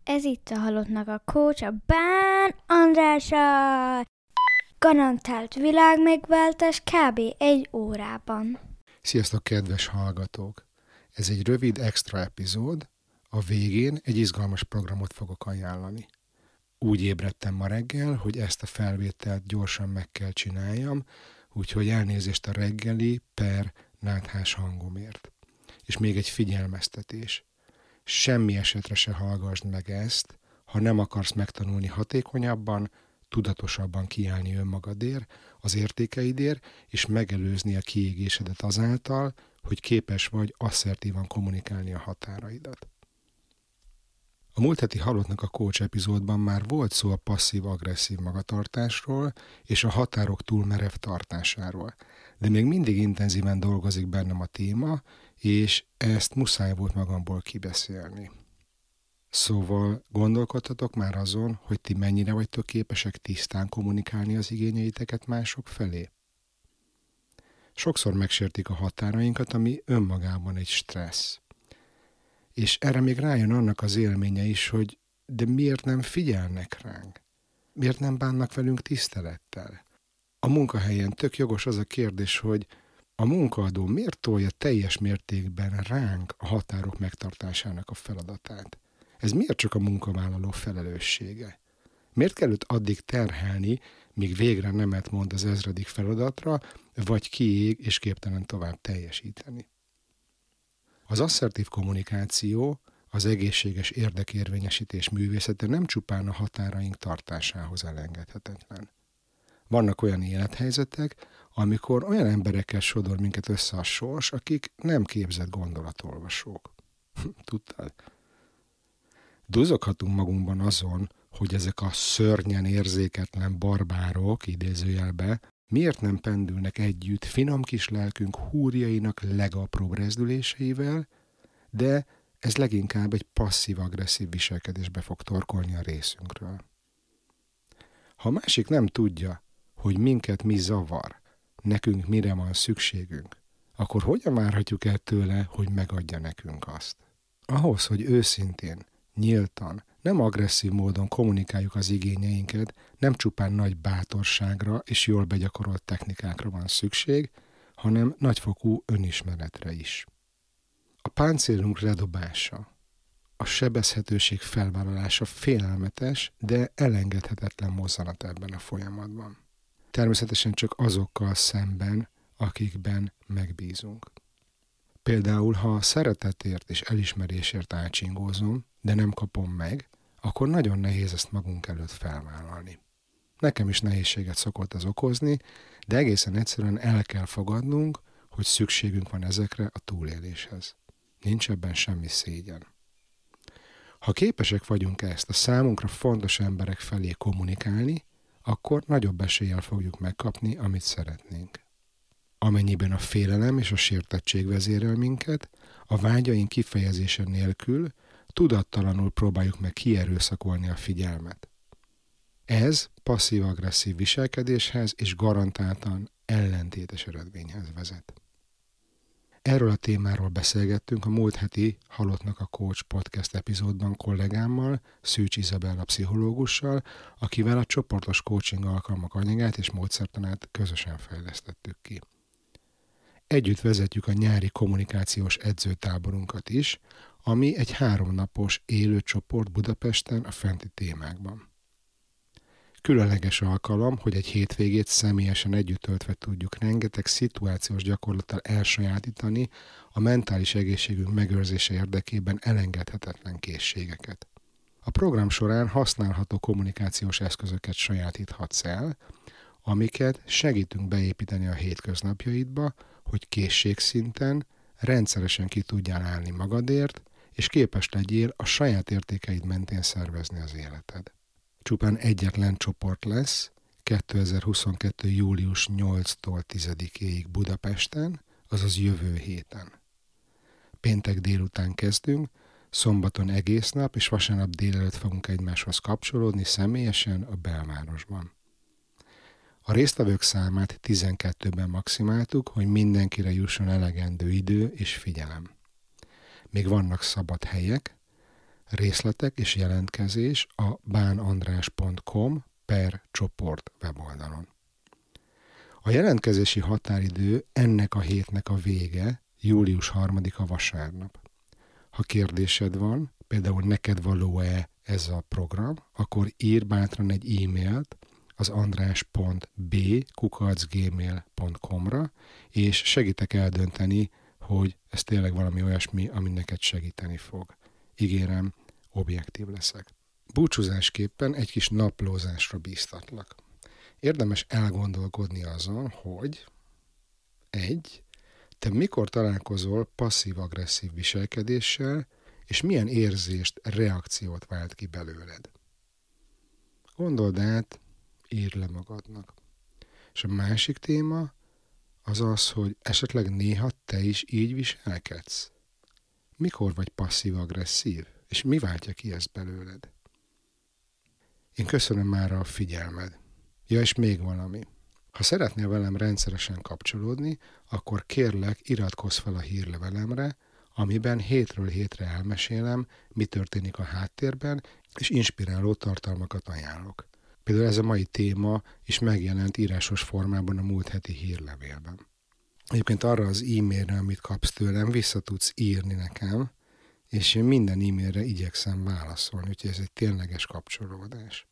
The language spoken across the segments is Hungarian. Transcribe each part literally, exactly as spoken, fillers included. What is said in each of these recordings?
Ez itt a Halottnak a Coach, a Bán Andrással. Garantált világmegváltás kb. Egy órában. Sziasztok, kedves hallgatók! Ez egy rövid extra epizód, a végén egy izgalmas programot fogok ajánlani. Úgy ébredtem ma reggel, hogy ezt a felvételt gyorsan meg kell csináljam, úgyhogy elnézést a reggeli per náthás hangomért. És még egy figyelmeztetés. Semmi esetre se hallgassd meg ezt, ha nem akarsz megtanulni hatékonyabban, tudatosabban kiállni önmagadért, az értékeidért, és megelőzni a kiégésedet azáltal, hogy képes vagy asszertívan kommunikálni a határaidat. A múlt heti Halottnak a Coach epizódban már volt szó a passzív-agresszív magatartásról és a határok túl merev tartásáról, de még mindig intenzíven dolgozik bennem a téma, és ezt muszáj volt magamból kibeszélni. Szóval gondolkodtatok már azon, hogy ti mennyire vagytok képesek tisztán kommunikálni az igényeiteket mások felé? Sokszor megsértik a határainkat, ami önmagában egy stressz. És erre még rájön annak az élménye is, hogy de miért nem figyelnek ránk? Miért nem bánnak velünk tisztelettel? A munkahelyen tök jogos az a kérdés, hogy a munkaadó miért tolja teljes mértékben ránk a határok megtartásának a feladatát? Ez miért csak a munkavállaló felelőssége? Miért kell őt addig terhelni, míg végre nemet mond az ezredik feladatra, vagy kiég és képtelen tovább teljesíteni? Az asszertív kommunikáció, az egészséges érdekérvényesítés művészete nem csupán a határaink tartásához elengedhetetlen. Vannak olyan élethelyzetek, amikor olyan emberekkel sodor minket össze a sors, akik nem képzett gondolatolvasók. Tudtad? Duzzoghatunk magunkban azon, hogy ezek a szörnyen érzéketlen barbárok, idézőjelbe, miért nem pendülnek együtt finom kis lelkünk húrjainak legapróbb rezdüléseivel, de ez leginkább egy passzív-agresszív viselkedésbe fog torkolni a részünkről. Ha a másik nem tudja, hogy minket mi zavar, nekünk mire van szükségünk, akkor hogyan várhatjuk el tőle, hogy megadja nekünk azt? Ahhoz, hogy őszintén, nyíltan, nem agresszív módon kommunikáljuk az igényeinket, nem csupán nagy bátorságra és jól begyakorolt technikákra van szükség, hanem nagyfokú önismeretre is. A páncélunk ledobása, a sebezhetőség felvállalása félelmetes, de elengedhetetlen mozzanat ebben a folyamatban. Természetesen csak azokkal szemben, akikben megbízunk. Például, ha a szeretetért és elismerésért ácsingózom, de nem kapom meg, akkor nagyon nehéz ezt magunk előtt felvállalni. Nekem is nehézséget szokott ez okozni, de egészen egyszerűen el kell fogadnunk, hogy szükségünk van ezekre a túléléshez. Nincs ebben semmi szégyen. Ha képesek vagyunk ezt a számunkra fontos emberek felé kommunikálni, akkor nagyobb eséllyel fogjuk megkapni, amit szeretnénk. Amennyiben a félelem és a sértettség vezérel minket, a vágyaink kifejezése nélkül tudattalanul próbáljuk meg kierőszakolni a figyelmet. Ez passzív-agresszív viselkedéshez és garantáltan ellentétes eredményhez vezet. Erről a témáról beszélgettünk a múlt heti Halottnak a Coach podcast epizódban kollégámmal, Szűcs Izabella pszichológussal, akivel a csoportos coaching alkalmak anyagát és módszertanát közösen fejlesztettük ki. Együtt vezetjük a nyári kommunikációs edzőtáborunkat is, ami egy háromnapos élő csoport Budapesten a fenti témákban. Különleges alkalom, hogy egy hétvégét személyesen együtt töltve tudjuk rengeteg szituációs gyakorlattal elsajátítani a mentális egészségünk megőrzése érdekében elengedhetetlen készségeket. A program során használható kommunikációs eszközöket sajátíthatsz el, amiket segítünk beépíteni a hétköznapjaidba, hogy készségszinten rendszeresen ki tudjál állni magadért, és képes legyél a saját értékeid mentén szervezni az életed. Csupán egyetlen csoport lesz kétezer-huszonkettő. július nyolcadikától tizedikéig Budapesten, azaz jövő héten. Péntek délután kezdünk, szombaton egész nap és vasárnap délelőtt fogunk egymáshoz kapcsolódni személyesen a belvárosban. A résztvevők számát tizenkettőben maximáltuk, hogy mindenkire jusson elegendő idő és figyelem. Még vannak szabad helyek, Részletek és jelentkezés a bánandrás pont com per csoport weboldalon. A jelentkezési határidő ennek a hétnek a vége, július harmadika vasárnap. Ha kérdésed van, például neked való-e ez a program, akkor írj bátran egy e-mailt az andrás pont b kukac gmail pont com-ra, és segítek eldönteni, hogy ez tényleg valami olyasmi, ami neked segíteni fog. Ígérem, objektív leszek. Búcsúzásképpen egy kis naplózásra bíztatlak. Érdemes elgondolkodni azon, hogy egy, te mikor találkozol passzív-agresszív viselkedéssel, és milyen érzést, reakciót vált ki belőled. Gondold át, írd le magadnak. És a másik téma az az, hogy esetleg néha te is így viselkedsz. Mikor vagy passzív-agresszív, és mi váltja ki ezt belőled? Én köszönöm már a figyelmed. Ja, és még valami. Ha szeretnél velem rendszeresen kapcsolódni, akkor kérlek, iratkozz fel a hírlevelemre, amiben hétről hétre elmesélem, mi történik a háttérben, és inspiráló tartalmakat ajánlok. Például ez a mai téma is megjelent írásos formában a múlt heti hírlevélben. Egyébként arra az e-mailre, amit kapsz tőlem, vissza tudsz írni nekem, és én minden e-mailre igyekszem válaszolni, úgyhogy ez egy tényleges kapcsolódás.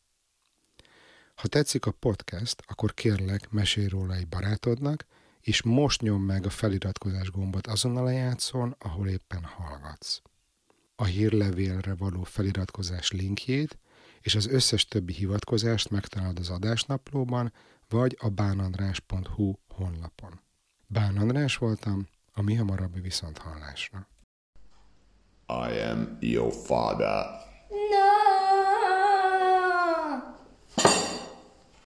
Ha tetszik a podcast, akkor kérlek, mesélj róla egy barátodnak, és most nyom meg a feliratkozás gombot azon a lejátszón, ahol éppen hallgatsz. A hírlevélre való feliratkozás linkjét és az összes többi hivatkozást megtalálod az adásnaplóban, vagy a bánandrás pont hu honlapon. Bán András voltam, a mi hamarabbi viszonthallásra. I am your father.